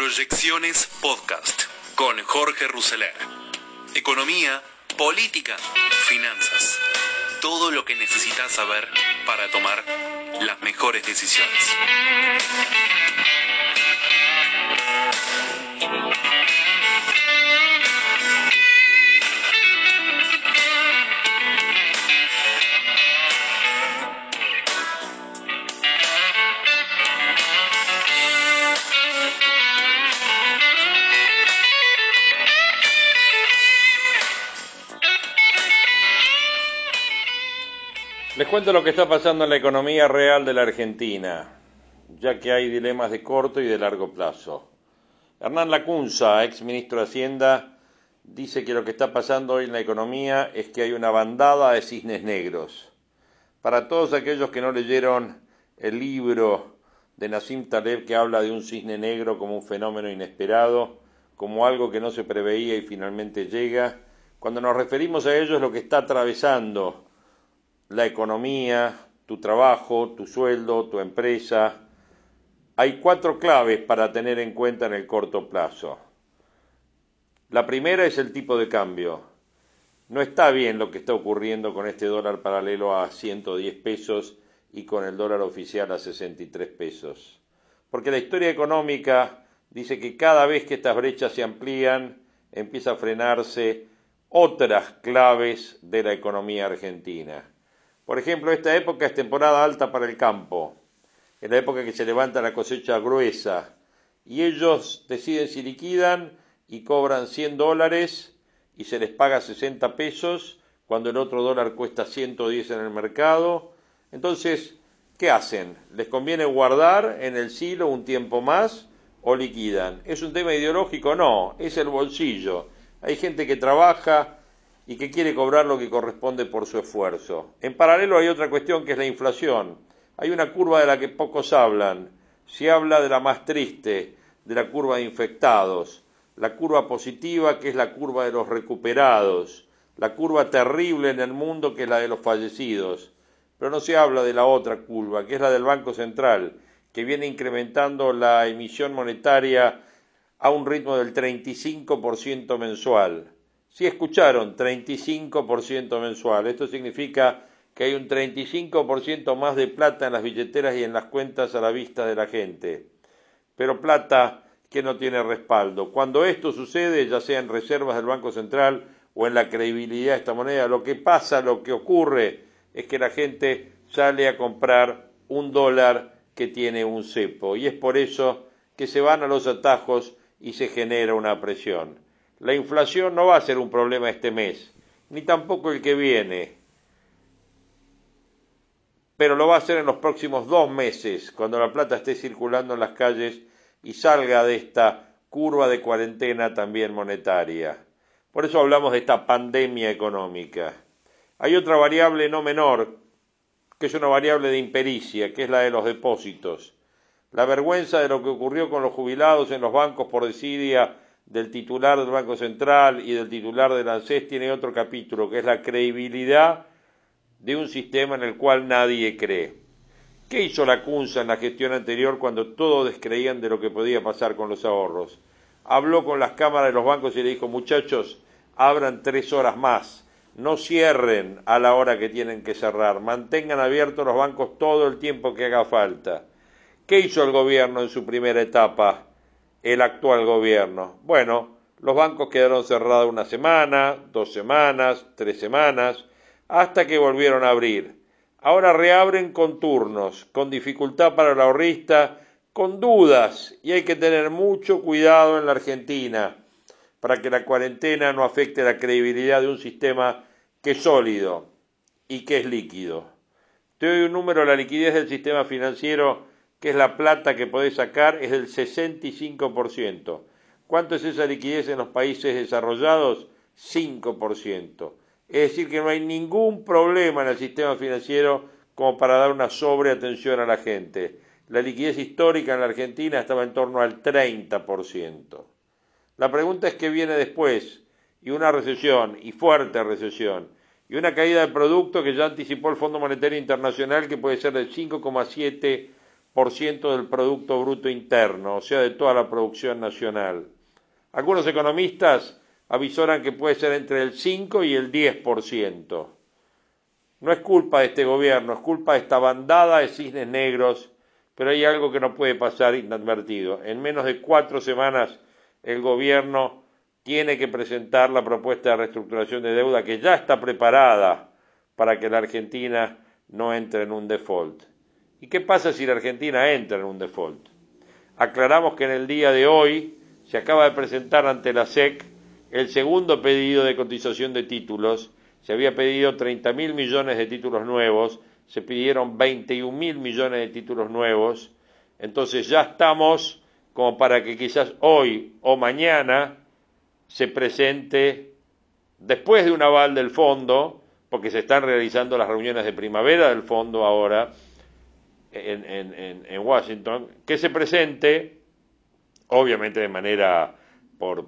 Proyecciones Podcast con Jorge Rousseler. Economía, política, finanzas. Todo lo que necesitas saber para tomar las mejores decisiones. Les cuento lo que está pasando en la economía real de la Argentina, ya que hay dilemas de corto y de largo plazo. Hernán Lacunza, ex ministro de Hacienda, dice que lo que está pasando hoy en la economía es que hay una bandada de cisnes negros. Para todos aquellos que no leyeron el libro de Nassim Taleb, que habla de un cisne negro como un fenómeno inesperado, como algo que no se preveía y finalmente llega, cuando nos referimos a ello es lo que está atravesando la economía, tu trabajo, tu sueldo, tu empresa. Hay 4 claves para tener en cuenta en el corto plazo. La primera es el tipo de cambio. No está bien lo que está ocurriendo con este dólar paralelo a 110 pesos y con el dólar oficial a 63 pesos. Porque la historia económica dice que cada vez que estas brechas se amplían, empieza a frenarse otras claves de la economía argentina. Por ejemplo, esta época es temporada alta para el campo, es la época que se levanta la cosecha gruesa, y ellos deciden si liquidan y cobran $100 y se les paga 60 pesos, cuando el otro dólar cuesta 110 en el mercado. Entonces, ¿qué hacen? ¿Les conviene guardar en el silo un tiempo más o liquidan? ¿Es un tema ideológico? No, es el bolsillo. Hay gente que trabaja y que quiere cobrar lo que corresponde por su esfuerzo. En paralelo hay otra cuestión que es la inflación. Hay una curva de la que pocos hablan. Se habla de la más triste, de la curva de infectados, la curva positiva que es la curva de los recuperados, la curva terrible en el mundo que es la de los fallecidos. Pero no se habla de la otra curva, que es la del Banco Central, que viene incrementando la emisión monetaria a un ritmo del 35% mensual. Sí escucharon, 35% mensual. Esto significa que hay un 35% más de plata en las billeteras y en las cuentas a la vista de la gente. Pero plata que no tiene respaldo. Cuando esto sucede, ya sea en reservas del Banco Central o en la credibilidad de esta moneda, lo que pasa, lo que ocurre, es que la gente sale a comprar un dólar que tiene un cepo. Y es por eso que se van a los atajos y se genera una presión. La inflación no va a ser un problema este mes, ni tampoco el que viene, pero lo va a ser en los próximos 2 meses, cuando la plata esté circulando en las calles y salga de esta curva de cuarentena también monetaria. Por eso hablamos de esta pandemia económica. Hay otra variable no menor, que es una variable de impericia, que es la de los depósitos. La vergüenza de lo que ocurrió con los jubilados en los bancos por desidia del titular del Banco Central y del titular del ANSES tiene otro capítulo, que es la credibilidad de un sistema en el cual nadie cree. ¿Qué hizo Lacunza en la gestión anterior cuando todos descreían de lo que podía pasar con los ahorros? Habló con las cámaras de los bancos y le dijo, muchachos, abran 3 horas más, no cierren a la hora que tienen que cerrar, mantengan abiertos los bancos todo el tiempo que haga falta. ¿Qué hizo el gobierno en su primera etapa, el actual gobierno? Bueno, los bancos quedaron cerrados 1 semana, 2 semanas, 3 semanas, hasta que volvieron a abrir. Ahora reabren con turnos, con dificultad para el ahorrista, con dudas, y hay que tener mucho cuidado en la Argentina para que la cuarentena no afecte la credibilidad de un sistema que es sólido y que es líquido. Te doy un número, la liquidez del sistema financiero, que es la plata que podés sacar, es del 65%. ¿Cuánto es esa liquidez en los países desarrollados? 5%. Es decir, que no hay ningún problema en el sistema financiero como para dar una sobreatención a la gente. La liquidez histórica en la Argentina estaba en torno al 30%. La pregunta es qué viene después, y una recesión, y fuerte recesión, y una caída del producto que ya anticipó el Fondo Monetario Internacional que puede ser del 5,7 del Producto Bruto Interno, o sea, de toda la producción nacional. Algunos economistas avisoran que puede ser entre el 5 y el 10%. No es culpa de este gobierno, es culpa de esta bandada de cisnes negros, pero hay algo que no puede pasar inadvertido. En menos de 4 semanas el gobierno tiene que presentar la propuesta de reestructuración de deuda que ya está preparada para que la Argentina no entre en un default. ¿Y qué pasa si la Argentina entra en un default? Aclaramos que en el día de hoy se acaba de presentar ante la SEC el segundo pedido de cotización de títulos. Se había pedido 30.000 millones de títulos nuevos, se pidieron 21.000 millones de títulos nuevos. Entonces ya estamos como para que quizás hoy o mañana se presente, después de un aval del fondo, porque se están realizando las reuniones de primavera del fondo ahora en Washington, que se presente, obviamente de manera por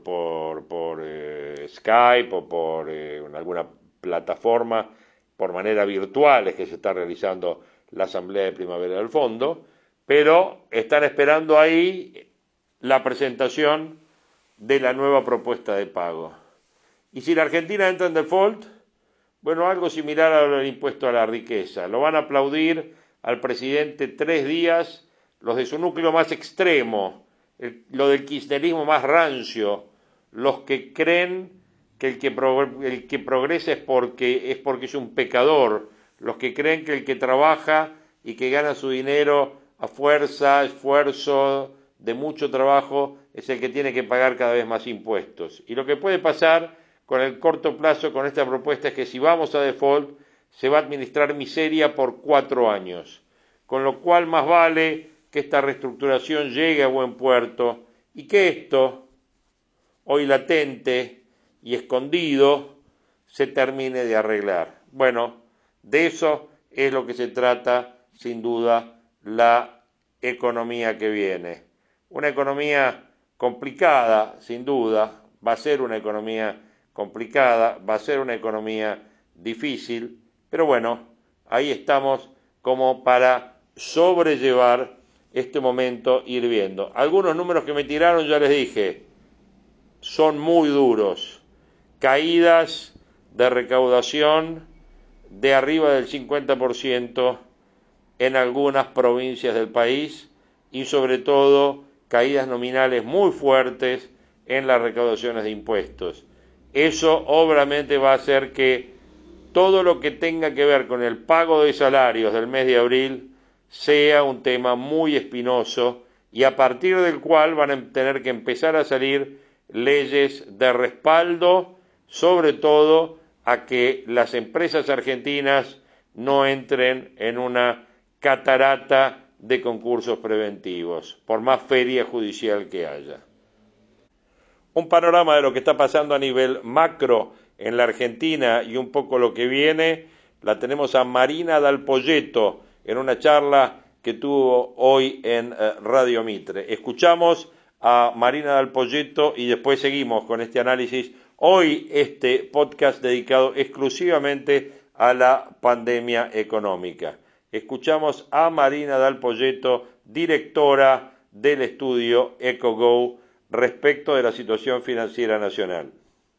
Skype o por alguna plataforma, por manera virtual es que se está realizando la asamblea de primavera del fondo, pero están esperando ahí la presentación de la nueva propuesta de pago. Y si la Argentina entra en default, bueno, algo similar al impuesto a la riqueza. Lo van a aplaudir al presidente 3 días los de su núcleo más extremo, lo del kirchnerismo más rancio, los que creen que el que progresa es porque es un pecador, los que creen que el que trabaja y que gana su dinero a fuerza, esfuerzo, de mucho trabajo, es el que tiene que pagar cada vez más impuestos. Y lo que puede pasar con el corto plazo con esta propuesta es que si vamos a default se va a administrar miseria por 4 años, con lo cual más vale que esta reestructuración llegue a buen puerto y que esto, hoy latente y escondido, se termine de arreglar. Bueno, de eso es lo que se trata, sin duda, la economía que viene. Una economía complicada, sin duda, va a ser una economía complicada, va a ser una economía difícil, pero bueno, ahí estamos como para sobrellevar este momento, ir viendo. Algunos números que me tiraron, ya les dije, son muy duros. Caídas de recaudación de arriba del 50% en algunas provincias del país y sobre todo caídas nominales muy fuertes en las recaudaciones de impuestos. Eso obviamente va a hacer que todo lo que tenga que ver con el pago de salarios del mes de abril sea un tema muy espinoso y a partir del cual van a tener que empezar a salir leyes de respaldo, sobre todo a que las empresas argentinas no entren en una catarata de concursos preventivos, por más feria judicial que haya. Un panorama de lo que está pasando a nivel macro en la Argentina y un poco lo que viene, la tenemos a Marina Dal Poyetto en una charla que tuvo hoy en Radio Mitre. Escuchamos a Marina Dal Poyetto y después seguimos con este análisis. Hoy este podcast dedicado exclusivamente a la pandemia económica. Escuchamos a Marina Dal Poyetto, directora del estudio EcoGo, respecto de la situación financiera nacional.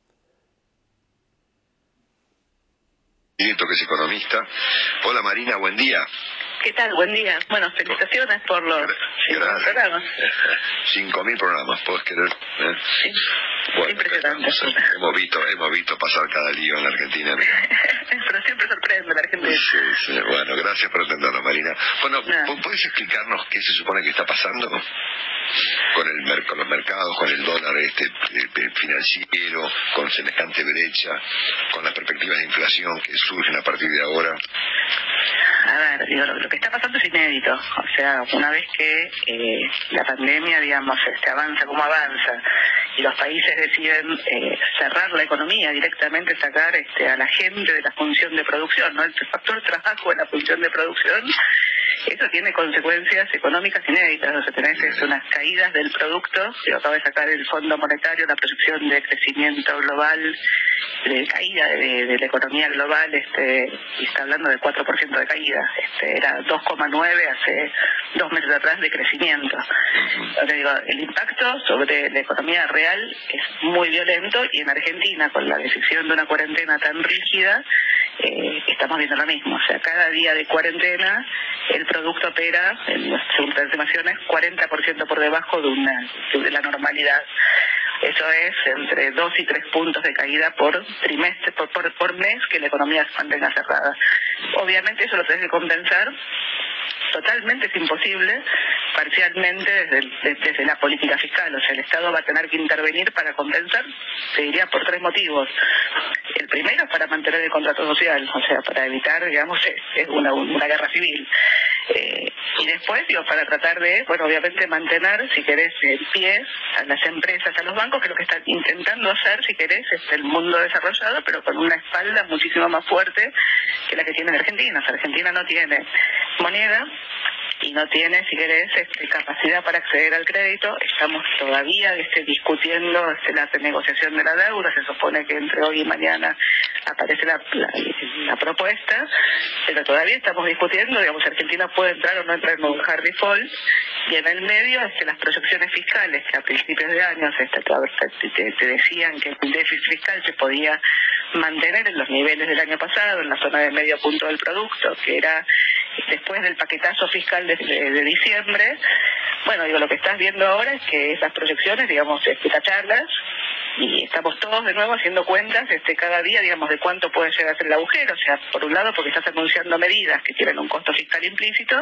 Que es economista. Hola Marina, buen día. ¿Qué tal? Buen día. Bueno, felicitaciones por los programas. 5.000 programas, ¿puedes creer? Sí. Bueno, impresionante. Hemos visto pasar cada lío en la Argentina. Pero siempre sorprende la Argentina. Sí. Bueno, gracias por atendernos, Marina. Bueno, ¿puedes explicarnos qué se supone que está pasando con los mercados, con el dólar financiero, con semejante brecha, con las perspectivas de inflación que surgen a partir de ahora? A ver, digo, lo que está pasando es inédito. O sea, una vez que la pandemia, digamos, avanza como avanza y los países deciden cerrar la economía, directamente sacar a la gente de la función de producción, ¿no? El factor trabajo en la función de producción, eso tiene consecuencias económicas inéditas. O sea, tenés unas caídas del producto. Yo acabo de sacar el Fondo Monetario, la proyección de crecimiento global, de caída de la economía global, y está hablando de 4% de caída. Era 2,9 hace 2 meses atrás de crecimiento. Entonces, digo, el impacto sobre la economía real es muy violento, y en Argentina, con la decisión de una cuarentena tan rígida, estamos viendo lo mismo. O sea, cada día de cuarentena el producto opera, en nuestras estimaciones, 40% por debajo de la normalidad. Eso es entre 2 y 3 puntos de caída por trimestre, por mes, que la economía se mantenga cerrada. Obviamente eso lo tenés que compensar. Totalmente es imposible, parcialmente desde la política fiscal. O sea, el Estado va a tener que intervenir para compensar, te diría, por 3 motivos. El primero es para mantener el contrato social, o sea, para evitar, digamos, una guerra civil. Y después, para tratar de, obviamente mantener, si querés, en pie a las empresas, a los bancos, que es lo que están intentando hacer, si querés, es el mundo desarrollado, pero con una espalda muchísimo más fuerte que la que tiene Argentina. O sea, Argentina no tiene moneda y no tiene, si querés, capacidad para acceder al crédito. Estamos todavía discutiendo la renegociación de la deuda. Se supone que entre hoy y mañana aparece la propuesta, pero todavía estamos discutiendo, digamos, Argentina puede entrar o no entrar en un hard default, y en el medio las proyecciones fiscales, que a principios de años te decían que el déficit fiscal se podía mantener en los niveles del año pasado, en la zona de medio punto del producto, que era después del paquetazo fiscal de diciembre. Lo que estás viendo ahora es que esas proyecciones, digamos, tacharlas, y estamos todos de nuevo haciendo cuentas cada día, digamos, de cuánto puede llegar a ser el agujero. O sea, por un lado, porque estás anunciando medidas que tienen un costo fiscal implícito.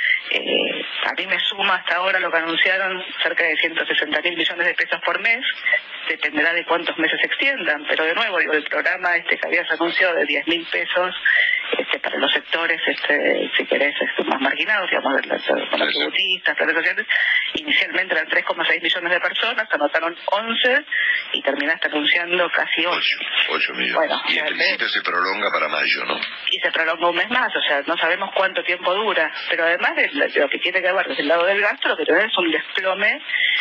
A mí me suma hasta ahora lo que anunciaron, cerca de 160.000 millones de pesos por mes. Dependerá de cuántos meses se extiendan, pero de nuevo, el programa que habías anunciado de 10.000 pesos para los sectores, si querés, más marginados, digamos, los tributistas, planes sociales, inicialmente eran 3,6 millones de personas, anotaron 11 y terminaste anunciando casi 8 millones. Y en principio se prolonga para mayo, ¿no? Y se prolonga un mes más. O sea, no sabemos cuánto tiempo dura, pero además de lo que tiene que ver desde el lado del gasto, lo que tenés es un desplome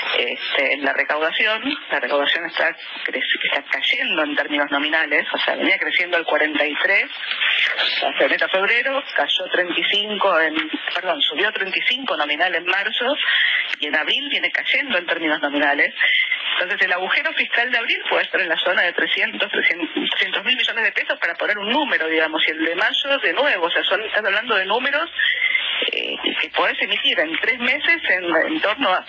en la recaudación. La recaudación está cayendo en términos nominales. O sea, venía creciendo al 43 hasta enero a febrero, cayó 35 subió 35 nominal en marzo, y en abril viene cayendo en términos nominales. Entonces el agujero fiscal de abril puede estar en la zona de 300.000 millones de pesos, para poner un número, digamos, y el de mayo de nuevo. O sea, están hablando de números que podés emitir en 3 meses en torno a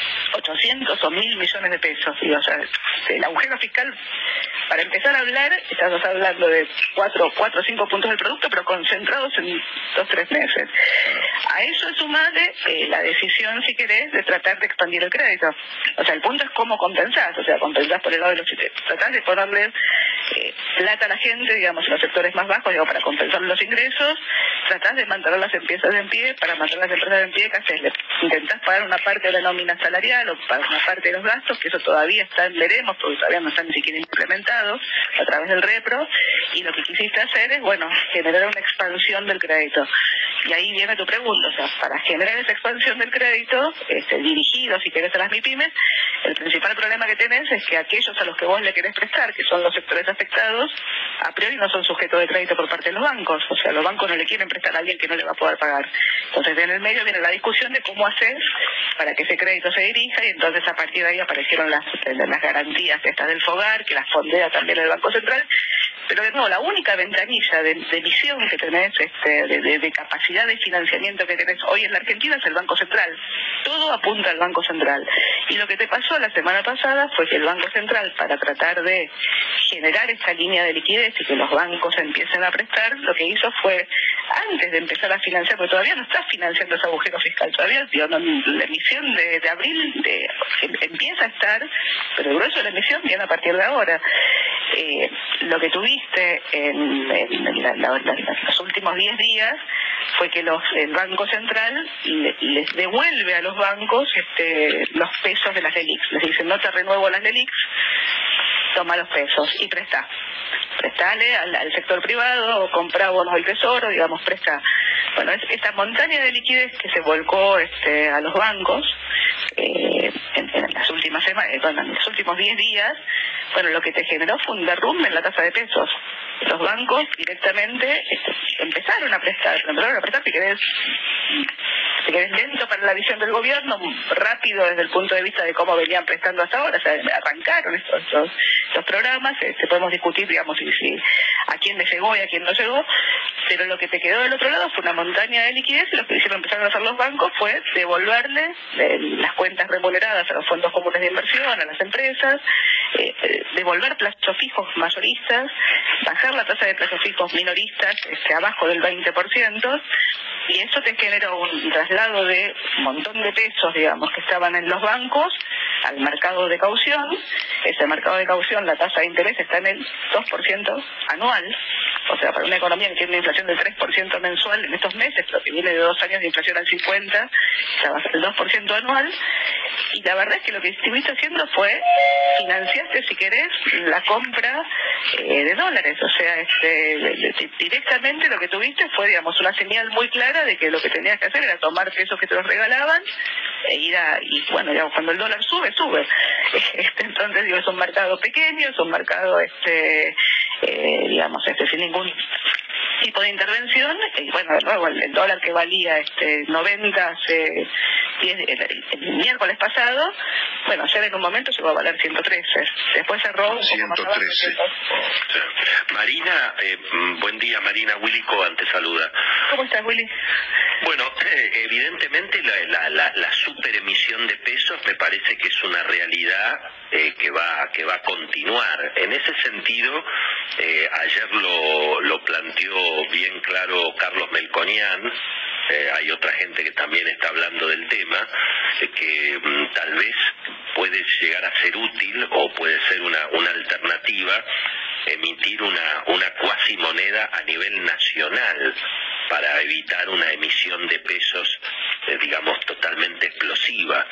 800 o 1.000 millones de pesos. O sea, el agujero fiscal, para empezar a hablar, estamos hablando de 4 o 5 puntos del producto, pero concentrados en 2 o 3 meses. A eso sumarle la decisión, si querés, de tratar de expandir el crédito. O sea, el punto es cómo compensás. O sea, compensás por el lado de los chilenos. Tratás de ponerle plata a la gente, digamos, en los sectores más bajos, para compensar los ingresos. Tratás de mantener las empresas en pie. Para mantener las empresas en pie, ¿qué haces? Intentás pagar una parte de la nómina salarial o pagar una parte de los gastos, que eso todavía está en veremos, porque todavía no están ni siquiera implementados a través del repro. Y lo que quisiste hacer es, generar una expansión del crédito. Y ahí viene tu pregunta. O sea, para generar esa expansión del crédito, dirigido, si querés, a las MIPYMES, el principal problema que tenés es que aquellos a los que vos le querés prestar, que son los sectores afectados, a priori no son sujetos de crédito por parte de los bancos. O sea, los bancos no le quieren prestar a alguien que no le va a poder pagar. Entonces, en el medio viene la discusión de cómo hacer para que ese crédito se dirija, y entonces a partir de ahí aparecieron las garantías estas del FOGAR, que las fondea también el Banco Central. Pero de nuevo, la única ventanilla de emisión que tenés, de capacidad de financiamiento que tenés hoy en la Argentina, es el Banco Central. Todo apunta al Banco Central. Y lo que te pasó la semana pasada fue que el Banco Central, para tratar de generar esa línea de liquidez y que los bancos empiecen a prestar, lo que hizo fue, antes de empezar a financiar, porque todavía no está financiando ese agujero fiscal, todavía la emisión de abril empieza a estar, pero el grueso de la emisión viene a partir de ahora. Lo que tuviste en los últimos 10 días fue que el Banco Central les devuelve a los bancos los pesos de las LELIQs. Les dicen, no te renuevo las LELIQs, toma los pesos y prestale al sector privado, o compra bonos del tesoro, digamos, presta. Bueno, esta montaña de liquidez que se volcó a los bancos en las últimas semanas, en los últimos 10 días, bueno, lo que te generó fue un derrumbe en la tasa de pesos. Los bancos directamente empezaron a prestar, si querés lento para la visión del gobierno, rápido desde el punto de vista de cómo venían prestando hasta ahora. O sea, arrancaron estos programas. Podemos discutir, digamos, si a quién le llegó y a quién no llegó, pero lo que te quedó del otro lado fue una montaña de liquidez, y lo que empezaron a hacer los bancos fue devolverle las cuentas remuneradas a los fondos comunes de inversión, a las empresas, devolver plazos fijos mayoristas, bajar la tasa de plazos fijos minoristas abajo del 20%, y eso te generó un traslado de un montón de pesos, digamos, que estaban en los bancos al mercado de caución. Ese mercado de caución, la tasa de interés está en el 2% anual. O sea, para una economía que tiene una inflación del 3% mensual en estos meses, pero que viene de 2 años de inflación al 50%, ya va a ser el 2% anual. Y la verdad es que lo que estuviste haciendo fue, financiaste, si querés, la compra de dólares. O sea, directamente lo que tuviste fue, digamos, una señal muy clara de que lo que tenías que hacer era tomar pesos que te los regalaban e ir y bueno, digamos, cuando el dólar sube. Entonces, digo, es un mercado pequeño, es un mercado, digamos, sin ningún tipo de intervención. Y bueno, de nuevo, el dólar que valía 90 el miércoles pasado, bueno, ayer en un momento llegó a valer 113, después cerró 113. Marina, buen día, Marina. Willy Coban te saluda. ¿Cómo estás, Willy? Bueno, evidentemente la superemisión de pesos me parece que es una realidad que va a continuar. En ese sentido, ayer lo planteó bien claro Carlos Melconian. Hay otra gente que también está hablando del tema, que tal vez puede llegar a ser útil o puede ser una alternativa emitir una cuasi moneda a nivel nacional para evitar una emisión de pesos, digamos, totalmente explosiva.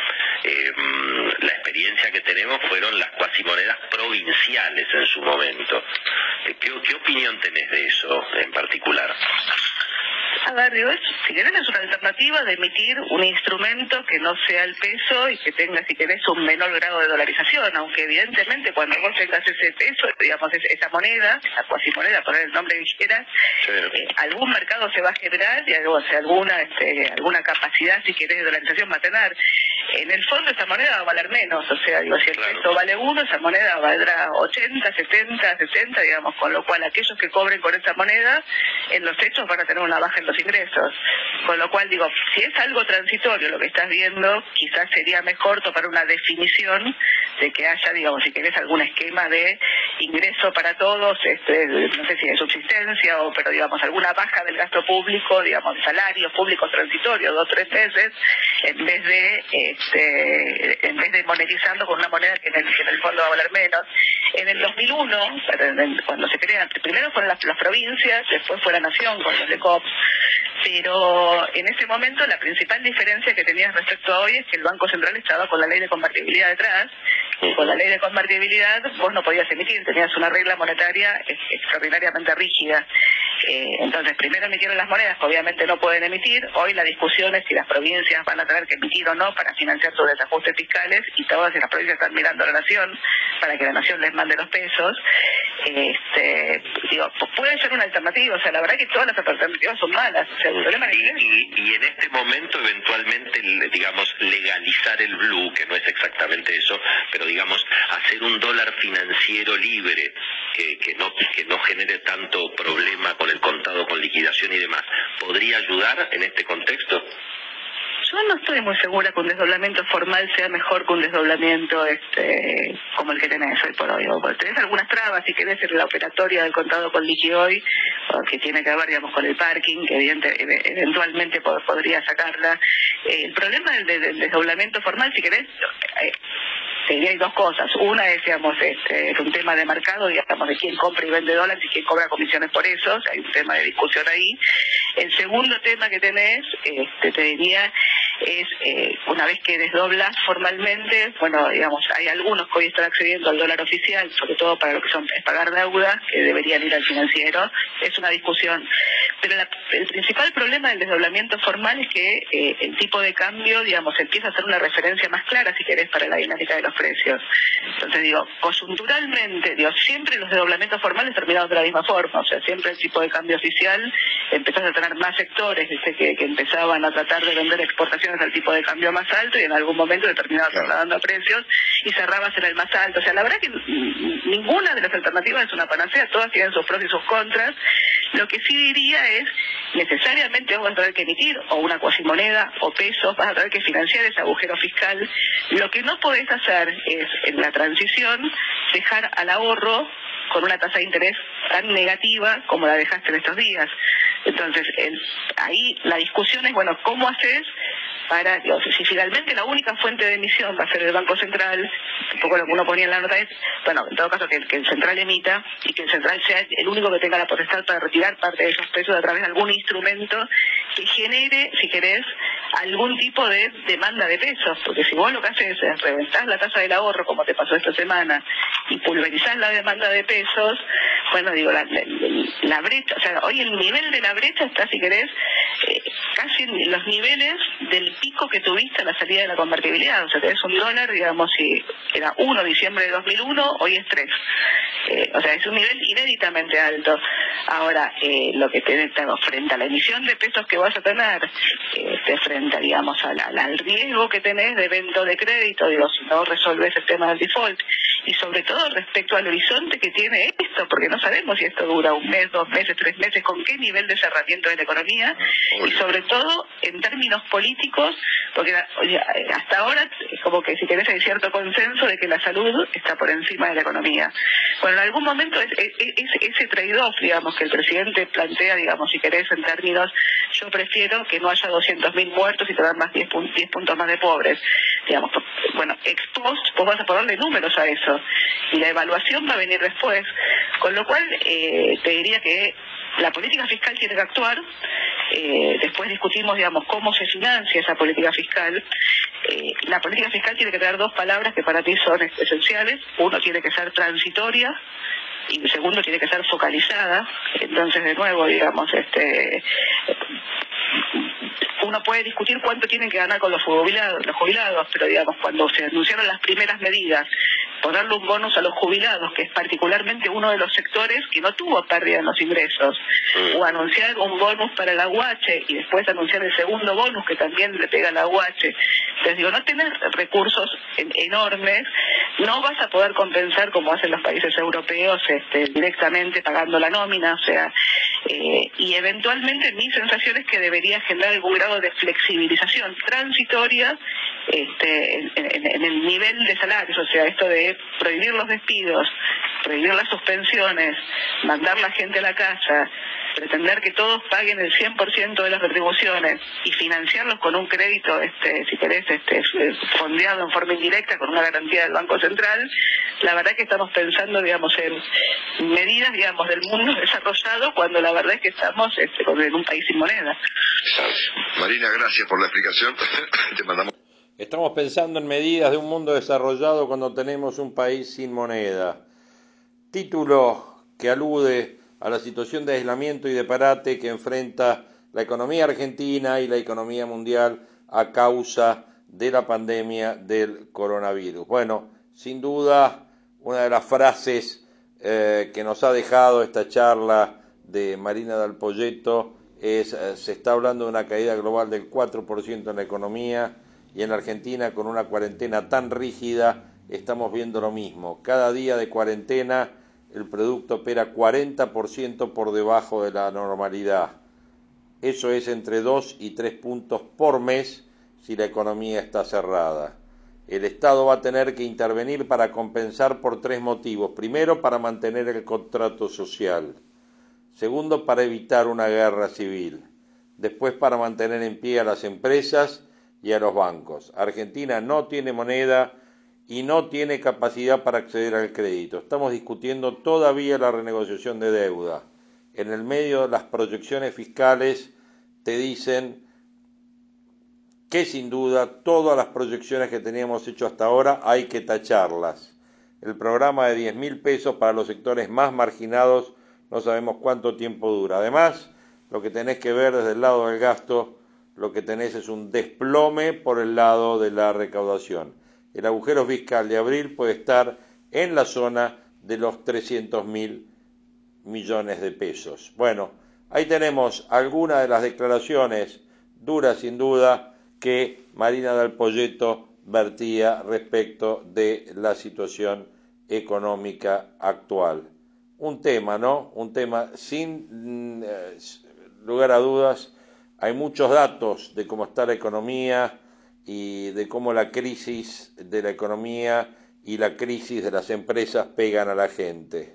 La experiencia que tenemos fueron las cuasimonedas provinciales en su momento. ¿Qué opinión tenés de eso en particular? A ver, digo, si querés es una alternativa de emitir un instrumento que no sea el peso y que tenga, si querés, un menor grado de dolarización, aunque evidentemente cuando vos tengas ese peso, digamos, esa moneda, esa cuasimoneda, poner el nombre que quieras, sí, algún mercado se va a generar y alguna capacidad, si querés, de dolarización va a tener. En el fondo esa moneda va a valer menos, o sea, digo, si el peso vale 1, esa moneda valdrá 80, 70, 60, digamos, con lo cual aquellos que cobren con esa moneda, en los hechos van a tener una baja en los ingresos. Con lo cual, digo, si es algo transitorio lo que estás viendo, quizás sería mejor tomar una definición de que haya, digamos, si querés, algún esquema de ingreso para todos, no sé si de subsistencia, pero digamos, alguna baja del gasto público, digamos, de salarios públicos transitorios, 2 o 3 meses, en vez de monetizarlo con una moneda que en el fondo va a valer menos. En el 2001, cuando se crean, primero fueron las provincias, después fue la nación con los ECOP, pero en ese momento la principal diferencia que tenías respecto a hoy es que el Banco Central estaba con la ley de convertibilidad detrás, y con la ley de convertibilidad vos no podías emitir, tenías una regla monetaria extraordinariamente rígida. Entonces, primero emitieron las monedas que obviamente no pueden emitir. Hoy la discusión es si las provincias van a tener que emitir o no para financiar sus desajustes fiscales, y todas las provincias están mirando a la nación para que la nación les mande los pesos. Digo, puede ser una alternativa, o sea, la verdad que todas las alternativas son malas. O sea, el problema y en este momento eventualmente, digamos, legalizar el blue, que no es exactamente eso, pero digamos, hacer un dólar financiero libre que no genere tanto problema con el contado, con liquidación y demás, ¿podría ayudar en este contexto? Yo no estoy muy segura que un desdoblamiento formal sea mejor que un desdoblamiento como el que tenés hoy por hoy. Tenés algunas trabas, si querés, en la operatoria del contado con liqui hoy, que tiene que ver, digamos, con el parking, que eventualmente podría sacarla. El problema del desdoblamiento formal, si querés, hay 2 cosas. Una es, digamos, un tema de mercado, digamos, de quién compra y vende dólares y quién cobra comisiones por eso. O sea, hay un tema de discusión ahí. El segundo tema que tenés, te diría, es una vez que desdoblas formalmente, bueno, digamos, hay algunos que hoy están accediendo al dólar oficial, sobre todo para lo que es pagar deudas, que deberían ir al financiero. Es una discusión. Pero el principal problema del desdoblamiento formal es que el tipo de cambio, digamos, empieza a ser una referencia más clara, si querés, para la dinámica de los precios. Entonces, digo, coyunturalmente, siempre los desdoblamientos formales terminaron de la misma forma, o sea, siempre el tipo de cambio oficial empezó a tener más sectores, que empezaban a tratar de vender exportaciones al tipo de cambio más alto y en algún momento le terminaba trasladando a precios y cerrabas en el más alto. O sea, la verdad que ninguna de las alternativas es una panacea, todas tienen sus pros y sus contras. Lo que sí diría es, necesariamente vos vas a tener que emitir o una cuasimoneda o pesos, vas a tener que financiar ese agujero fiscal. Lo que no podés hacer es, en la transición, dejar al ahorro con una tasa de interés tan negativa como la dejaste en estos días. Entonces, ahí la discusión es, bueno, ¿cómo haces para, si finalmente la única fuente de emisión va a ser el Banco Central, un poco lo que uno ponía en la nota es, bueno, en todo caso que el Central emita y que el Central sea el único que tenga la potestad para retirar parte de esos pesos a través de algún instrumento que genere, si querés, algún tipo de demanda de pesos, porque si vos lo que haces es reventás la tasa del ahorro, como te pasó esta semana, y pulverizás la demanda de pesos, bueno, digo, la brecha, o sea, hoy el nivel de la brecha está, si querés, casi en los niveles del pico que tuviste a la salida de la convertibilidad. O sea, tenés un dólar, digamos, si era 1 diciembre de 2001, hoy es 3. O sea, es un nivel inéditamente alto. Ahora, lo que tenés frente a la emisión de pesos que vas a tener, frente, digamos, al riesgo que tenés de evento de crédito, digo, si no resolvés el tema del default, y sobre todo respecto al horizonte que tiene esto, porque no sabemos si esto dura 1 mes, 2 meses, 3 meses, con qué nivel de cerramiento de la economía, y sobre todo en términos políticos, porque hasta ahora es como que si querés hay cierto consenso de que la salud está por encima de la economía. Bueno, en algún momento ese trade-off, digamos, que el presidente plantea, digamos, si querés en términos, yo prefiero que no haya 200.000 muertos y tener más 10 puntos más de pobres, digamos, bueno, ex post vos vas a ponerle números a eso y la evaluación va a venir después, con lo cual te diría que la política fiscal tiene que actuar. Después discutimos, digamos, cómo se financia esa política fiscal. La política fiscal tiene que tener 2 palabras que para ti son esenciales. Uno, tiene que ser transitoria, y segundo, tiene que ser focalizada. Entonces, de nuevo, digamos, uno puede discutir cuánto tienen que ganar con los jubilados, pero digamos, cuando se anunciaron las primeras medidas, ponerle un bonus a los jubilados, que es particularmente uno de los sectores que no tuvo pérdida en los ingresos, o anunciar un bonus para la UH y después anunciar el segundo bonus que también le pega a la UH. Entonces digo, no tener recursos enormes, no vas a poder compensar como hacen los países europeos directamente pagando la nómina, o sea, y eventualmente mi sensación es que debería generar algún grado de flexibilización transitoria en el nivel de salarios, o sea, esto de prohibir los despidos, prohibir las suspensiones, mandar la gente a la casa, pretender que todos paguen el 100% de las retribuciones y financiarlos con un crédito, si querés, fondeado en forma indirecta con una garantía del Banco Central. La verdad que estamos pensando, digamos, en medidas, digamos, del mundo desarrollado, cuando la verdad es que estamos en un país sin moneda. Marina, gracias por la explicación. Te mandamos. Estamos pensando en medidas de un mundo desarrollado cuando tenemos un país sin moneda. Título que alude a la situación de aislamiento y de parate que enfrenta la economía argentina y la economía mundial a causa de la pandemia del coronavirus. Bueno, sin duda, una de las frases que nos ha dejado esta charla de Marina Dal Poyetto es, se está hablando de una caída global del 4% en la economía, y en la Argentina, con una cuarentena tan rígida, estamos viendo lo mismo. Cada día de cuarentena el producto opera 40% por debajo de la normalidad. Eso es entre 2 y 3 puntos por mes si la economía está cerrada. El Estado va a tener que intervenir para compensar por 3 motivos. Primero, para mantener el contrato social. Segundo, para evitar una guerra civil. Después, para mantener en pie a las empresas y a los bancos. Argentina no tiene moneda y no tiene capacidad para acceder al crédito. Estamos discutiendo todavía la renegociación de deuda. En el medio de las proyecciones fiscales te dicen que sin duda todas las proyecciones que teníamos hecho hasta ahora hay que tacharlas. El programa de 10.000 pesos para los sectores más marginados no sabemos cuánto tiempo dura. Además, lo que tenés que ver desde el lado del gasto, lo que tenés es un desplome por el lado de la recaudación. El agujero fiscal de abril puede estar en la zona de los 300.000 millones de pesos. Bueno, ahí tenemos algunas de las declaraciones duras sin duda que Marina Dal Poyetto vertía respecto de la situación económica actual. Un tema, ¿no? Un tema sin lugar a dudas. Hay muchos datos de cómo está la economía y de cómo la crisis de la economía y la crisis de las empresas pegan a la gente.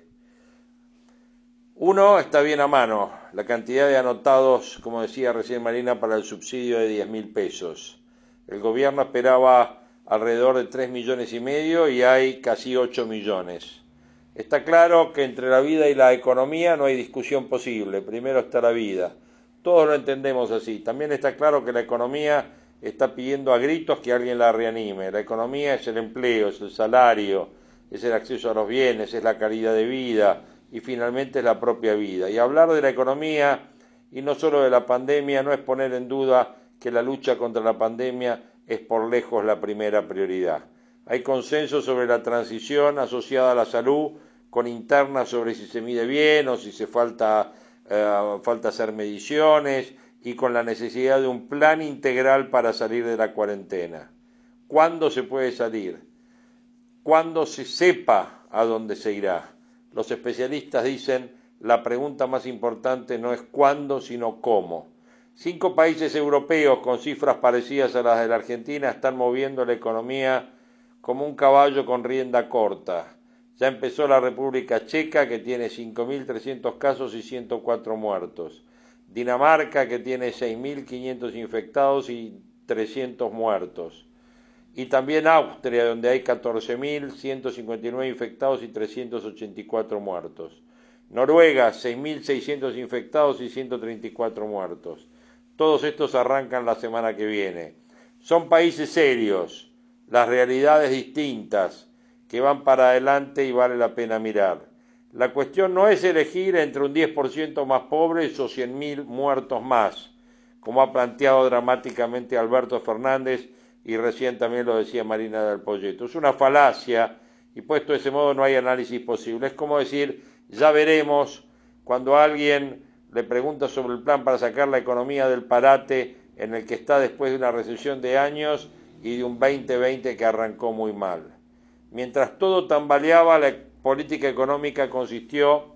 Uno está bien a mano, la cantidad de anotados, como decía recién Marina, para el subsidio de 10.000 pesos. El gobierno esperaba alrededor de 3,5 millones y hay casi 8 millones. Está claro que entre la vida y la economía no hay discusión posible, primero está la vida. Todos lo entendemos así. También está claro que la economía está pidiendo a gritos que alguien la reanime. La economía es el empleo, es el salario, es el acceso a los bienes, es la calidad de vida y finalmente es la propia vida. Y hablar de la economía y no solo de la pandemia no es poner en duda que la lucha contra la pandemia es por lejos la primera prioridad. Hay consenso sobre la transición asociada a la salud, con internas sobre si se mide bien o si falta hacer mediciones y con la necesidad de un plan integral para salir de la cuarentena. ¿Cuándo se puede salir? Cuando se sepa a dónde se irá. Los especialistas dicen la pregunta más importante no es cuándo, sino cómo. 5 países europeos con cifras parecidas a las de la Argentina están moviendo la economía como un caballo con rienda corta. Ya empezó la República Checa, que tiene 5.300 casos y 104 muertos. Dinamarca, que tiene 6.500 infectados y 300 muertos. Y también Austria, donde hay 14.159 infectados y 384 muertos. Noruega, 6.600 infectados y 134 muertos. Todos estos arrancan la semana que viene. Son países serios, las realidades distintas, que van para adelante y vale la pena mirar. La cuestión no es elegir entre un 10% más pobres o 100.000 muertos más, como ha planteado dramáticamente Alberto Fernández y recién también lo decía Marina Dal Poyetto. Es una falacia y puesto de ese modo no hay análisis posible. Es como decir, ya veremos, cuando alguien le pregunta sobre el plan para sacar la economía del parate en el que está después de una recesión de años y de un 2020 que arrancó muy mal. Mientras todo tambaleaba, la política económica consistió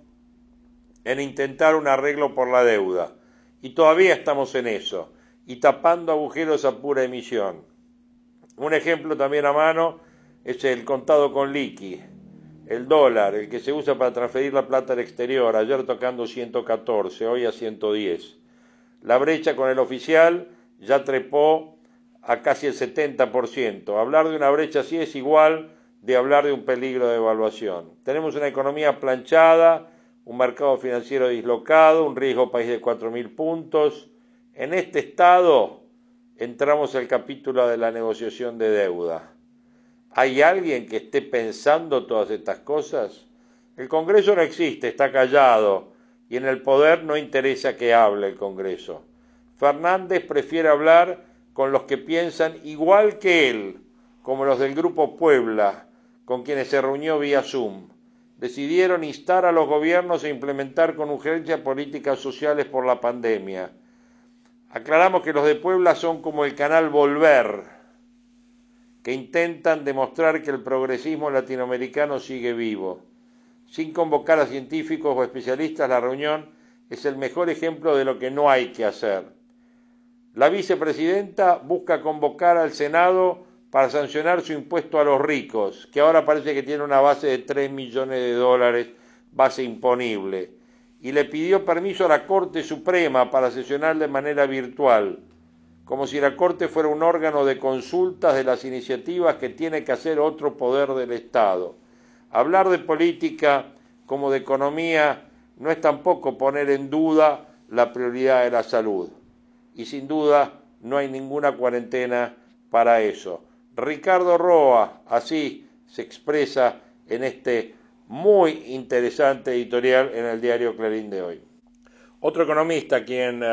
en intentar un arreglo por la deuda. Y todavía estamos en eso, y tapando agujeros a pura emisión. Un ejemplo también a mano es el contado con liqui, el dólar, el que se usa para transferir la plata al exterior, ayer tocando 114, hoy a 110. La brecha con el oficial ya trepó a casi el 70%. Hablar de una brecha así es igual de hablar de un peligro de devaluación. Tenemos una economía planchada, un mercado financiero dislocado, un riesgo país de 4.000 puntos. En este estado entramos al capítulo de la negociación de deuda. ¿Hay alguien que esté pensando todas estas cosas? El Congreso no existe, está callado, y en el poder no interesa que hable el Congreso. Fernández prefiere hablar con los que piensan igual que él, como los del Grupo Puebla, con quienes se reunió vía Zoom. Decidieron instar a los gobiernos a implementar con urgencia políticas sociales por la pandemia. Aclaramos que los de Puebla son como el canal Volver, que intentan demostrar que el progresismo latinoamericano sigue vivo. Sin convocar a científicos o especialistas, la reunión es el mejor ejemplo de lo que no hay que hacer. La vicepresidenta busca convocar al Senado para sancionar su impuesto a los ricos, que ahora parece que tiene una base de 3 millones de dólares, base imponible, y le pidió permiso a la Corte Suprema para sesionar de manera virtual, como si la Corte fuera un órgano de consultas de las iniciativas que tiene que hacer otro poder del Estado. Hablar de política como de economía no es tampoco poner en duda la prioridad de la salud. Y sin duda no hay ninguna cuarentena para eso. Ricardo Roa, así se expresa en este muy interesante editorial en el diario Clarín de hoy. Otro economista a quien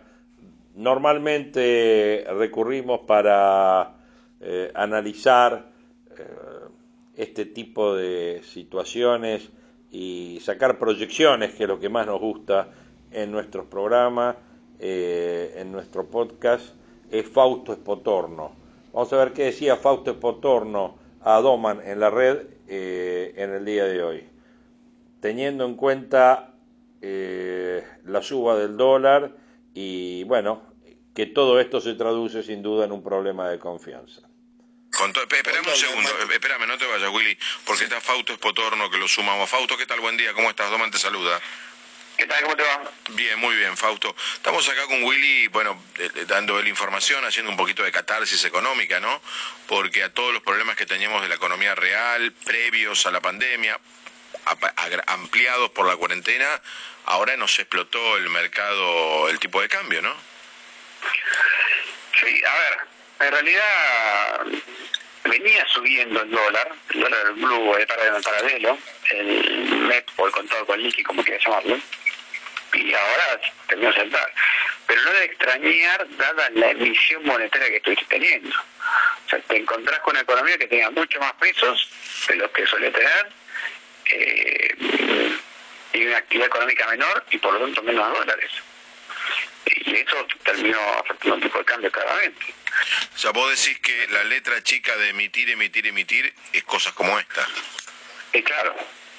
normalmente recurrimos para analizar este tipo de situaciones y sacar proyecciones, que es lo que más nos gusta en nuestros programas, en nuestro podcast, es Fausto Espotorno. Vamos a ver qué decía Fausto Espotorno a Doman en la red en el día de hoy, teniendo en cuenta la suba del dólar y, bueno, que todo esto se traduce sin duda en un problema de confianza. Esperame un segundo, espérame, no te vayas, Willy, porque está Fausto Espotorno, que lo sumamos. Fausto, ¿qué tal? Buen día, ¿cómo estás? Doman te saluda. ¿Qué tal? ¿Cómo te va? Bien, muy bien, Fausto. Estamos acá con Willy, bueno, dando la información, haciendo un poquito de catarsis económica, ¿no? Porque a todos los problemas que teníamos de la economía real, previos a la pandemia, ampliados por la cuarentena, ahora nos explotó el mercado, el tipo de cambio, ¿no? Sí, a ver, en realidad venía subiendo el dólar blue, el paralelo, el MEP o el contado con liqui, como quieras llamarlo, y ahora terminó de saltar. Pero no de extrañar, dada la emisión monetaria que estuviste teniendo. O sea, te encontrás con una economía que tenía mucho más pesos de los que solía tener, y una actividad económica menor y por lo tanto menos dólares. Y eso terminó afectando el tipo de cambio claramente. O sea, vos decís que la letra chica de emitir es cosas como esta. Y claro.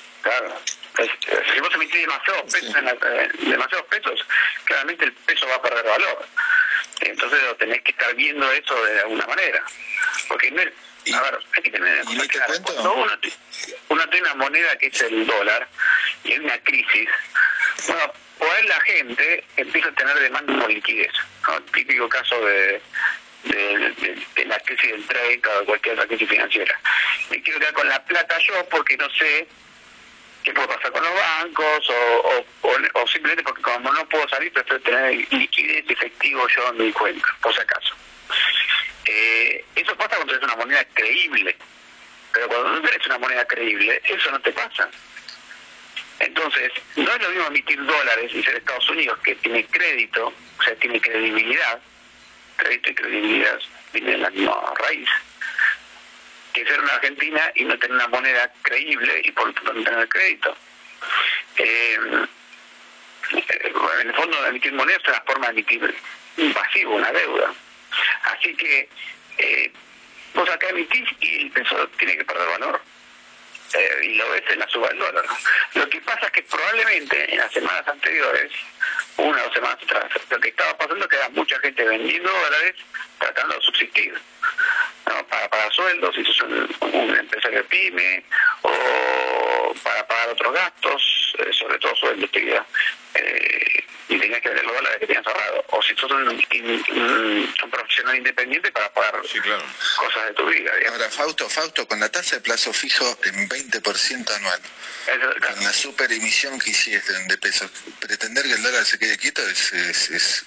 Si vos emitís demasiados pesos, claramente el peso va a perder valor. Entonces tenés que estar viendo eso de alguna manera. Porque no es, a ver, hay que tener en cuenta claro, cuando uno tiene una moneda que es el dólar y hay una crisis, bueno, por ahí la gente empieza a tener demanda por liquidez, ¿no? Típico caso de la crisis del trade o de cualquier otra crisis financiera. Me quiero quedar con la plata yo porque no sé qué puede pasar con los bancos o simplemente porque como no puedo salir prefiero tener liquidez efectivo yo en mi cuenta, por si acaso. Eso pasa cuando es una moneda creíble, pero cuando no tenés una moneda creíble, eso no te pasa. Entonces, no es lo mismo emitir dólares y ser Estados Unidos, que tiene crédito, o sea, tiene credibilidad, crédito y credibilidad vienen de la misma raíz, que ser una Argentina y no tener una moneda creíble y por lo tanto no tener crédito. En el fondo, emitir moneda es una forma de emitir un pasivo, una deuda. Así que vos acá emitís y el peso tiene que perder valor. Y lo ves en la suba del dólar. Lo que pasa es que probablemente en las semanas anteriores, una o 2 semanas atrás, lo que estaba pasando es que había mucha gente vendiendo dólares tratando de subsistir, ¿no? Para pagar sueldos, si sos un empresario pyme, o para pagar otros gastos, sobre todo sueldos, y tenías que vender los dólares que tenías ahorrado, o si sos un profesional independiente para pagar cosas de tu vida, digamos. Ahora, Fausto, con la tasa de plazo fijo en 20% anual, con la super emisión que hiciste de pesos, pretender que el dólar se quede quieto es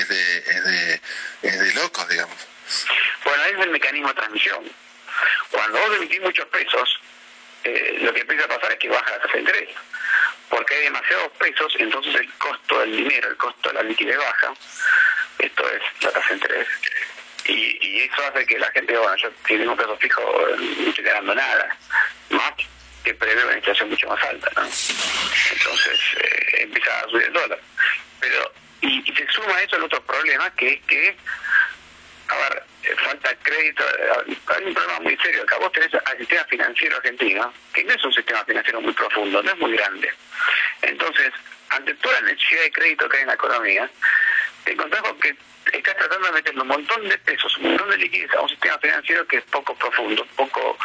de locos, digamos. Bueno, ahí es el mecanismo de transmisión. Cuando vos emitís muchos pesos, lo que empieza a pasar es que baja la tasa de interés. Porque hay demasiados pesos, entonces el costo del dinero, el costo de la liquidez baja, esto es la tasa de interés. Y eso hace que la gente, bueno, yo si tengo pesos fijos no estoy ganando nada, más que prevé una inflación mucho más alta, ¿no? Entonces empieza a subir el dólar. Pero, y se suma a eso el otro problema, que es que, a ver, falta crédito. Hay un problema muy serio. Acá vos tenés al sistema financiero argentino, que no es un sistema financiero muy profundo, no es muy grande. Entonces, ante toda la necesidad de crédito que hay en la economía, te encontrás con que estás tratando de meterle un montón de pesos, un montón de liquidez a un sistema financiero que es poco profundo, poco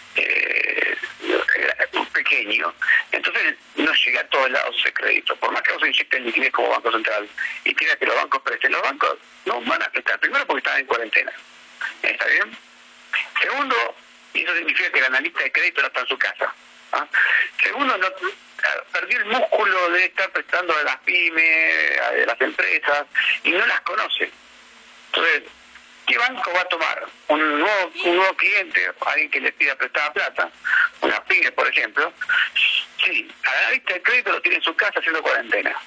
pequeño. Entonces no llega a todos lados ese crédito. Por más que vos inyectes liquidez como Banco Central y quieras que los bancos presten, los bancos no van a prestar. Primero porque están en cuarentena. ¿Está bien? Segundo, y eso significa que el analista de crédito no está en su casa. ¿Ah? Segundo, perdió el músculo de estar prestando a las pymes, a las empresas, y no las conoce. Entonces, ¿qué banco va a tomar un nuevo cliente, alguien que le pida prestada plata, una pyme, por ejemplo? Sí, al analista de crédito lo tiene en su casa haciendo cuarentena.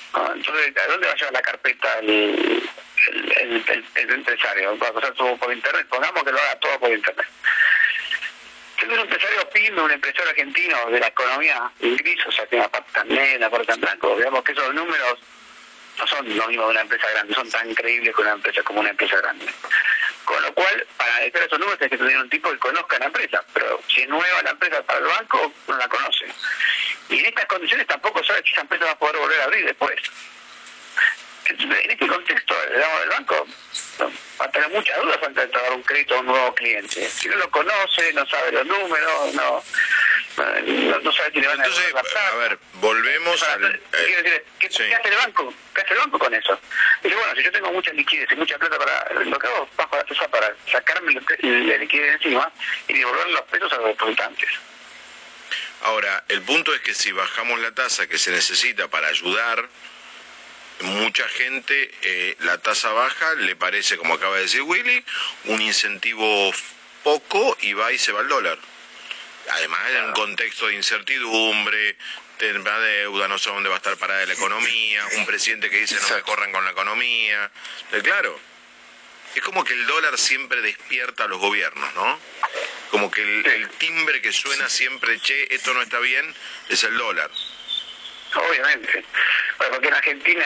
¿no? Entonces, ¿a dónde va a llevar la carpeta el empresario? Va a pasar todo por internet, pongamos que lo haga todo por internet. Siendo un empresario pyme, un empresario argentino de la economía gris, o sea, que una parte en negro, una parte en blanco, digamos que esos números no son lo mismo de una empresa grande, son tan creíbles que una empresa como una empresa grande. Con lo cual, para decir esos números hay que tener un tipo que conozca la empresa, pero si es nueva la empresa para el banco, no la conoce. Y en estas condiciones tampoco sabe si esa empresa va a poder volver a abrir después. Entonces, en este contexto, digamos, el banco va a tener muchas dudas antes de dar un crédito a un nuevo cliente. Si no lo conoce, no sabe los números, no sabe si le van a adaptar. A ver, volvemos al... Quiero decir, ¿qué hace el banco? ¿Qué hace el banco con eso? Dice, bueno, si yo tengo mucha liquidez y mucha plata para... Lo que hago, bajo la tasa para sacarme la liquidez encima y devolver los pesos a los depositantes. Ahora, el punto es que si bajamos la tasa que se necesita para ayudar, mucha gente, la tasa baja le parece, como acaba de decir Willy, un incentivo poco y va y se va el dólar. Además, en un contexto de incertidumbre, tema de deuda, no sé dónde va a estar parada la economía, un presidente que dice no me corran con la economía. Claro, es como que el dólar siempre despierta a los gobiernos, ¿no? Como que el timbre que suena siempre, che, esto no está bien, es el dólar. Obviamente. Bueno, porque en Argentina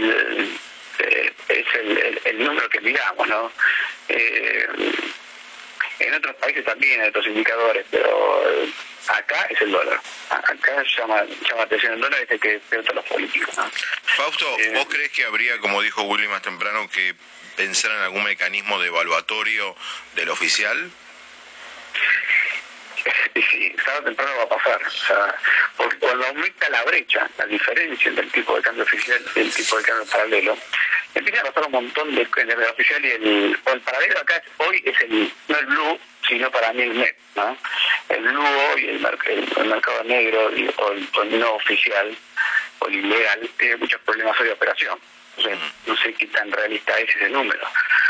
es el número que miramos, ¿no? En otros países también hay otros indicadores, pero acá es el dólar. Acá llama atención el dólar, es el que despierta a los políticos, ¿no? Fausto, ¿vos crees que habría, como dijo Willy más temprano, que pensar en algún mecanismo de evaluatorio del oficial? Sí, tarde o temprano va a pasar. O sea, porque cuando aumenta la brecha, la diferencia entre el tipo de cambio oficial y el tipo de cambio paralelo, empieza a pasar un montón de entre el oficial y el paralelo. Acá hoy es no el blue, sino para mí el net, ¿no? El blue hoy, el mercado negro o el no oficial o el ilegal tiene muchos problemas hoy de operación. O sea, no sé qué tan realista es ese número.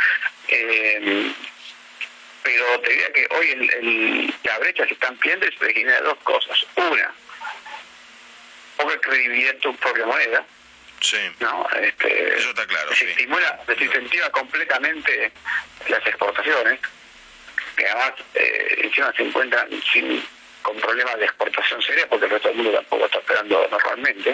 Pero te diría que hoy la brecha se está ampliando y se genera dos cosas. Una, poca credibilidad en tu propia moneda. Sí. No, eso está claro. Desincentiva completamente las exportaciones, que además encima se encuentran con problemas de exportación seria porque el resto del mundo tampoco está operando normalmente.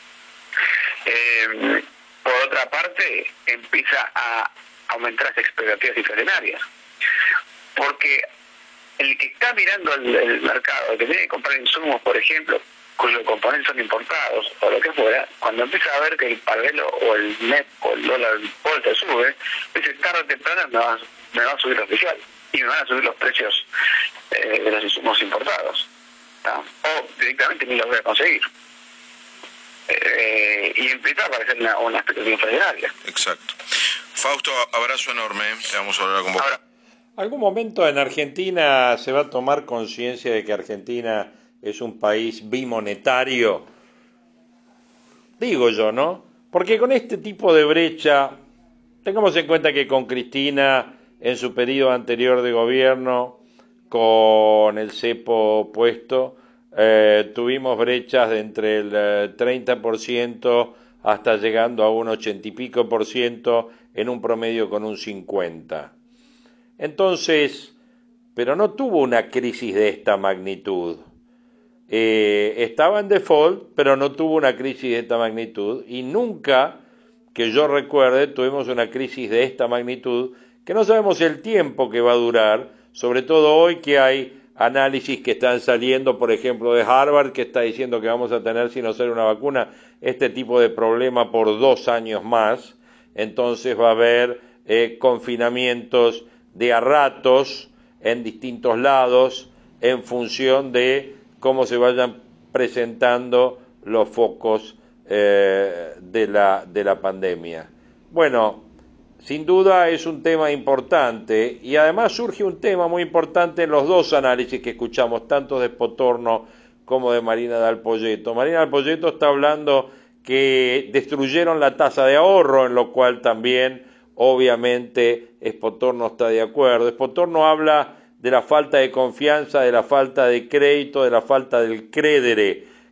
Por otra parte, empieza a aumentar las expectativas inflacionarias. Porque el que está mirando el mercado, el que tiene que comprar insumos, por ejemplo, cuyos componentes son importados o lo que fuera, cuando empieza a ver que el paralelo o el net o el dólar bolsa sube, dice tarde o temprano me va a subir el oficial y me van a subir los precios de los insumos importados, ¿no? O directamente ni los voy a conseguir. Y empieza a aparecer una expectativa inflacionaria. Exacto. Fausto, abrazo enorme, te vamos a hablar con vos. ¿Algún momento en Argentina se va a tomar conciencia de que Argentina es un país bimonetario? Digo yo, ¿no? Porque con este tipo de brecha, tengamos en cuenta que con Cristina, en su periodo anterior de gobierno, con el cepo puesto, tuvimos brechas de entre el 30% hasta llegando a un 80 y pico por ciento en un promedio con un 50%. Entonces, pero no tuvo una crisis de esta magnitud. Estaba en default, pero no tuvo una crisis de esta magnitud y nunca, que yo recuerde, tuvimos una crisis de esta magnitud, que no sabemos el tiempo que va a durar, sobre todo hoy que hay análisis que están saliendo, por ejemplo, de Harvard, que está diciendo que vamos a tener, si no sale una vacuna, este tipo de problema por 2 años más. Entonces va a haber confinamientos de a ratos en distintos lados en función de cómo se vayan presentando los focos de la pandemia. Bueno, sin duda es un tema importante y además surge un tema muy importante en los dos análisis que escuchamos, tanto de Spotorno como de Marina Dal Poyetto. Marina Dal Poyetto está hablando que destruyeron la tasa de ahorro, en lo cual también obviamente Spotorno está de acuerdo. Spotorno habla de la falta de confianza, de la falta de crédito, de la falta del credere,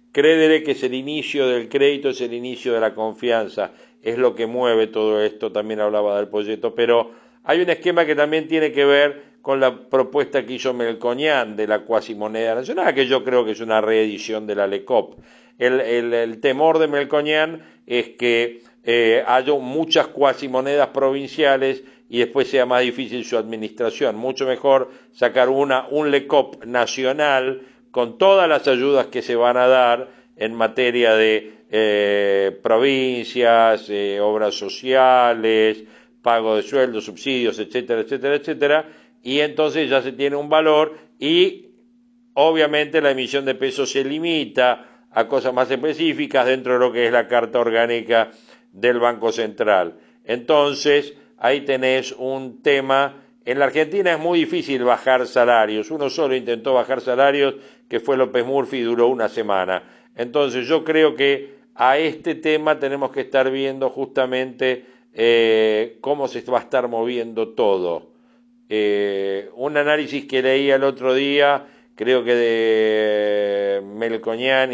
créele que es el inicio del crédito, es el inicio de la confianza, es lo que mueve todo esto, también hablaba del Poyetto, pero hay un esquema que también tiene que ver con la propuesta que hizo Melconian de la cuasimoneda nacional, que yo creo que es una reedición de la LECOP. El temor de Melconian es que haya muchas cuasimonedas provinciales y después sea más difícil su administración. Mucho mejor sacar un LECOP nacional con todas las ayudas que se van a dar en materia de provincias, obras sociales, pago de sueldos, subsidios, etcétera, etcétera, etcétera, y entonces ya se tiene un valor y obviamente la emisión de pesos se limita a cosas más específicas dentro de lo que es la Carta Orgánica del Banco Central. Entonces, ahí tenés un tema. En la Argentina es muy difícil bajar salarios. Uno solo intentó bajar salarios, que fue López Murphy, y duró una semana. Entonces, yo creo que a este tema tenemos que estar viendo justamente cómo se va a estar moviendo todo. Un análisis que leí el otro día, creo que de Melconian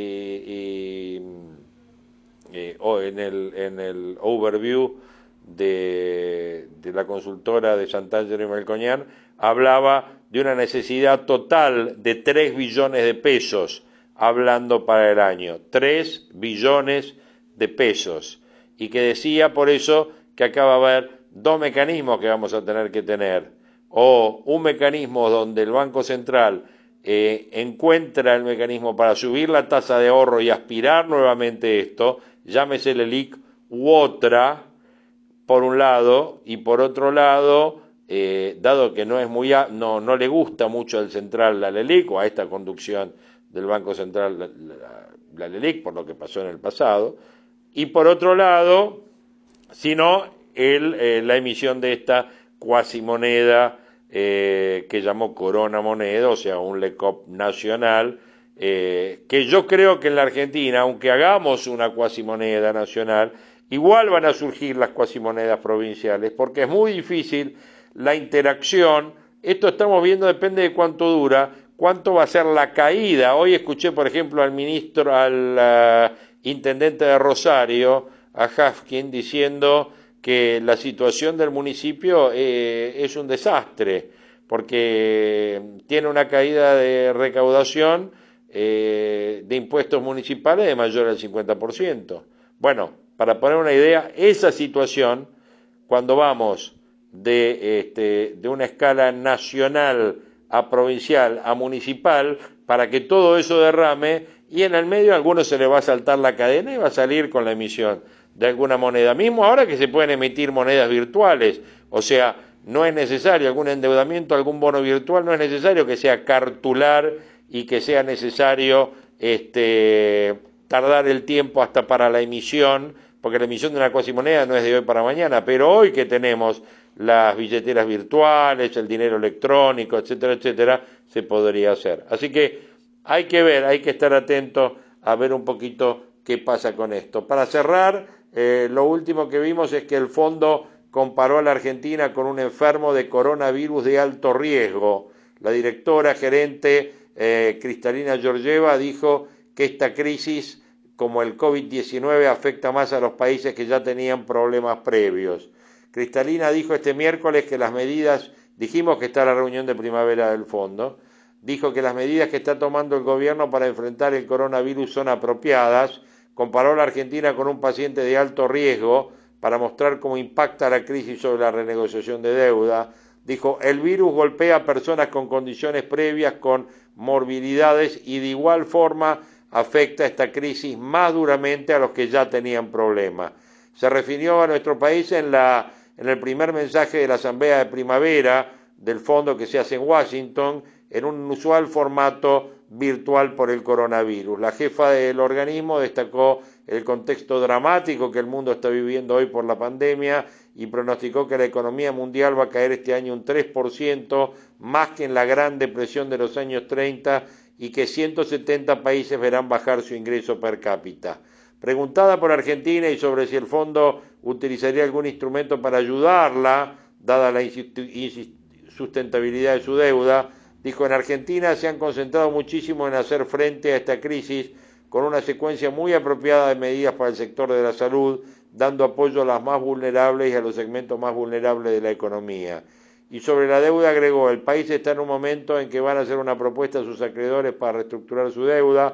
en el overview de la consultora de Santangelo y Melconian, hablaba de una necesidad total de 3 billones de pesos, hablando para el año, 3 billones de pesos, y que decía por eso que acá va a haber 2 mecanismos que vamos a tener que tener, o un mecanismo donde el Banco Central encuentra el mecanismo para subir la tasa de ahorro y aspirar nuevamente esto, llámese el ELIC u otra, por un lado, y por otro lado, dado que no es no le gusta mucho al central la LELIC o a esta conducción del Banco Central la LELIC por lo que pasó en el pasado, y por otro lado, sino la emisión de esta cuasimoneda que llamó Corona Moneda, o sea, un LECOP nacional, que yo creo que en la Argentina, aunque hagamos una cuasimoneda nacional, igual van a surgir las cuasimonedas provinciales, porque es muy difícil la interacción. Esto estamos viendo, depende de cuánto dura, cuánto va a ser la caída. Hoy escuché, por ejemplo, al intendente de Rosario, a Hafkin, diciendo que la situación del municipio es un desastre, porque tiene una caída de recaudación de impuestos municipales de mayor al 50%. Bueno, para poner una idea, esa situación, cuando vamos de una escala nacional a provincial a municipal, para que todo eso derrame, y en el medio a algunos se le va a saltar la cadena y va a salir con la emisión de alguna moneda. Mismo ahora que se pueden emitir monedas virtuales, o sea, no es necesario algún endeudamiento, algún bono virtual, no es necesario que sea cartular y que sea necesario tardar el tiempo hasta para la emisión, porque la emisión de una cuasimoneda no es de hoy para mañana, pero hoy que tenemos las billeteras virtuales, el dinero electrónico, etcétera, etcétera, se podría hacer. Así que hay que ver, hay que estar atento a ver un poquito qué pasa con esto. Para cerrar, lo último que vimos es que el fondo comparó a la Argentina con un enfermo de coronavirus de alto riesgo. La directora gerente Cristalina Georgieva dijo que esta crisis, como el COVID-19, afecta más a los países que ya tenían problemas previos. Cristalina dijo este miércoles que dijimos que está la reunión de primavera del fondo, dijo que las medidas que está tomando el gobierno para enfrentar el coronavirus son apropiadas, comparó a la Argentina con un paciente de alto riesgo para mostrar cómo impacta la crisis sobre la renegociación de deuda. Dijo, el virus golpea a personas con condiciones previas, con morbilidades, y de igual forma afecta esta crisis más duramente a los que ya tenían problemas. Se refirió a nuestro país en el primer mensaje de la Asamblea de Primavera del fondo que se hace en Washington, en un inusual formato virtual por el coronavirus. La jefa del organismo destacó el contexto dramático que el mundo está viviendo hoy por la pandemia y pronosticó que la economía mundial va a caer este año un 3%, más que en la Gran Depresión de los años 30, y que 170 países verán bajar su ingreso per cápita. Preguntada por Argentina y sobre si el fondo utilizaría algún instrumento para ayudarla, dada la insustentabilidad de su deuda, dijo, en Argentina se han concentrado muchísimo en hacer frente a esta crisis con una secuencia muy apropiada de medidas para el sector de la salud, dando apoyo a las más vulnerables y a los segmentos más vulnerables de la economía. Y sobre la deuda agregó, el país está en un momento en que van a hacer una propuesta a sus acreedores para reestructurar su deuda.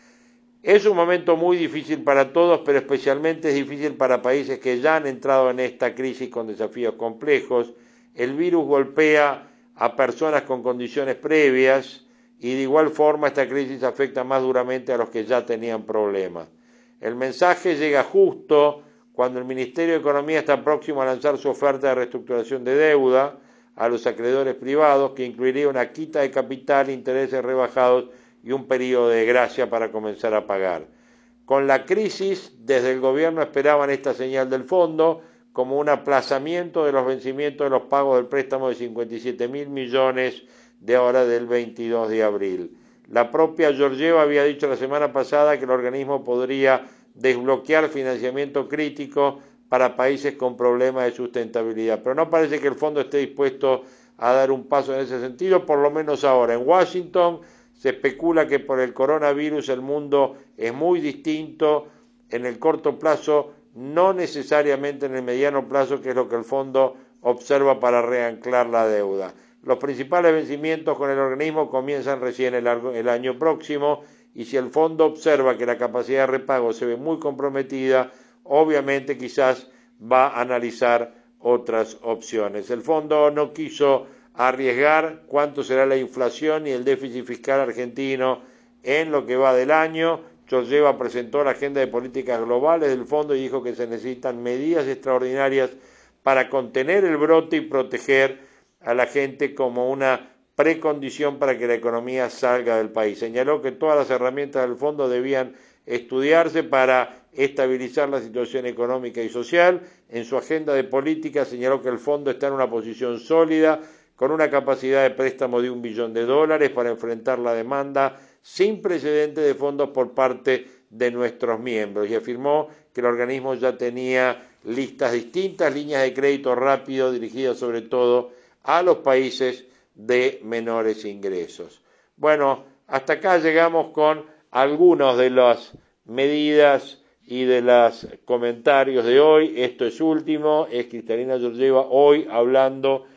Es un momento muy difícil para todos, pero especialmente es difícil para países que ya han entrado en esta crisis con desafíos complejos. El virus golpea a personas con condiciones previas y de igual forma esta crisis afecta más duramente a los que ya tenían problemas. El mensaje llega justo cuando el Ministerio de Economía está próximo a lanzar su oferta de reestructuración de deuda a los acreedores privados, que incluiría una quita de capital, intereses rebajados y un periodo de gracia para comenzar a pagar. Con la crisis, desde el gobierno esperaban esta señal del fondo como un aplazamiento de los vencimientos de los pagos del préstamo de 57.000 millones de ahora del 22 de abril. La propia Georgieva había dicho la semana pasada que el organismo podría desbloquear financiamiento crítico para países con problemas de sustentabilidad, pero no parece que el fondo esté dispuesto a dar un paso en ese sentido, por lo menos ahora. En Washington se especula que por el coronavirus el mundo es muy distinto en el corto plazo, no necesariamente en el mediano plazo, que es lo que el fondo observa para reanclar la deuda. Los principales vencimientos con el organismo comienzan recién el año próximo, y si el fondo observa que la capacidad de repago se ve muy comprometida, obviamente quizás va a analizar otras opciones. El fondo no quiso arriesgar cuánto será la inflación y el déficit fiscal argentino en lo que va del año. Georgieva presentó la agenda de políticas globales del fondo y dijo que se necesitan medidas extraordinarias para contener el brote y proteger a la gente como una precondición para que la economía salga del país. Señaló que todas las herramientas del fondo debían estudiarse para estabilizar la situación económica y social. En su agenda de política señaló que el fondo está en una posición sólida, con una capacidad de préstamo de $1 billón para enfrentar la demanda sin precedentes de fondos por parte de nuestros miembros, y afirmó que el organismo ya tenía listas distintas, líneas de crédito rápido dirigidas sobre todo a los países de menores ingresos. Bueno, hasta acá llegamos con algunas de las medidas y de los comentarios de hoy. Esto es último, es Cristalina Georgieva hoy hablando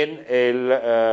en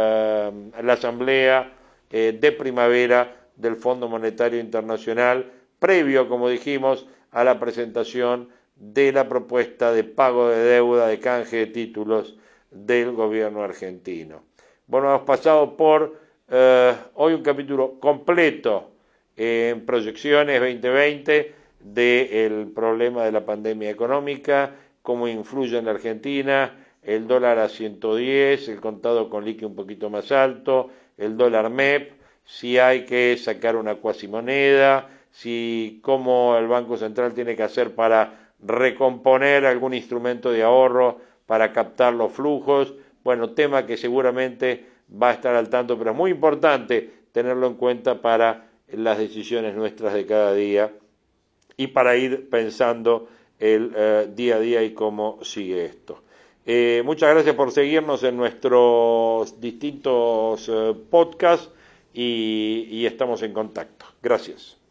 la asamblea de primavera del Fondo Monetario Internacional, previo, como dijimos, a la presentación de la propuesta de pago de deuda, de canje de títulos del gobierno argentino. Bueno, hemos pasado por hoy un capítulo completo en proyecciones 2020 del problema de la pandemia económica, cómo influye en la Argentina, el dólar a 110, el contado con liqui un poquito más alto, el dólar MEP, si hay que sacar una cuasimoneda, si cómo el Banco Central tiene que hacer para recomponer algún instrumento de ahorro para captar los flujos. Bueno, tema que seguramente va a estar al tanto, pero es muy importante tenerlo en cuenta para las decisiones nuestras de cada día y para ir pensando el día a día y cómo sigue esto. Muchas gracias por seguirnos en nuestros distintos podcasts y estamos en contacto. Gracias.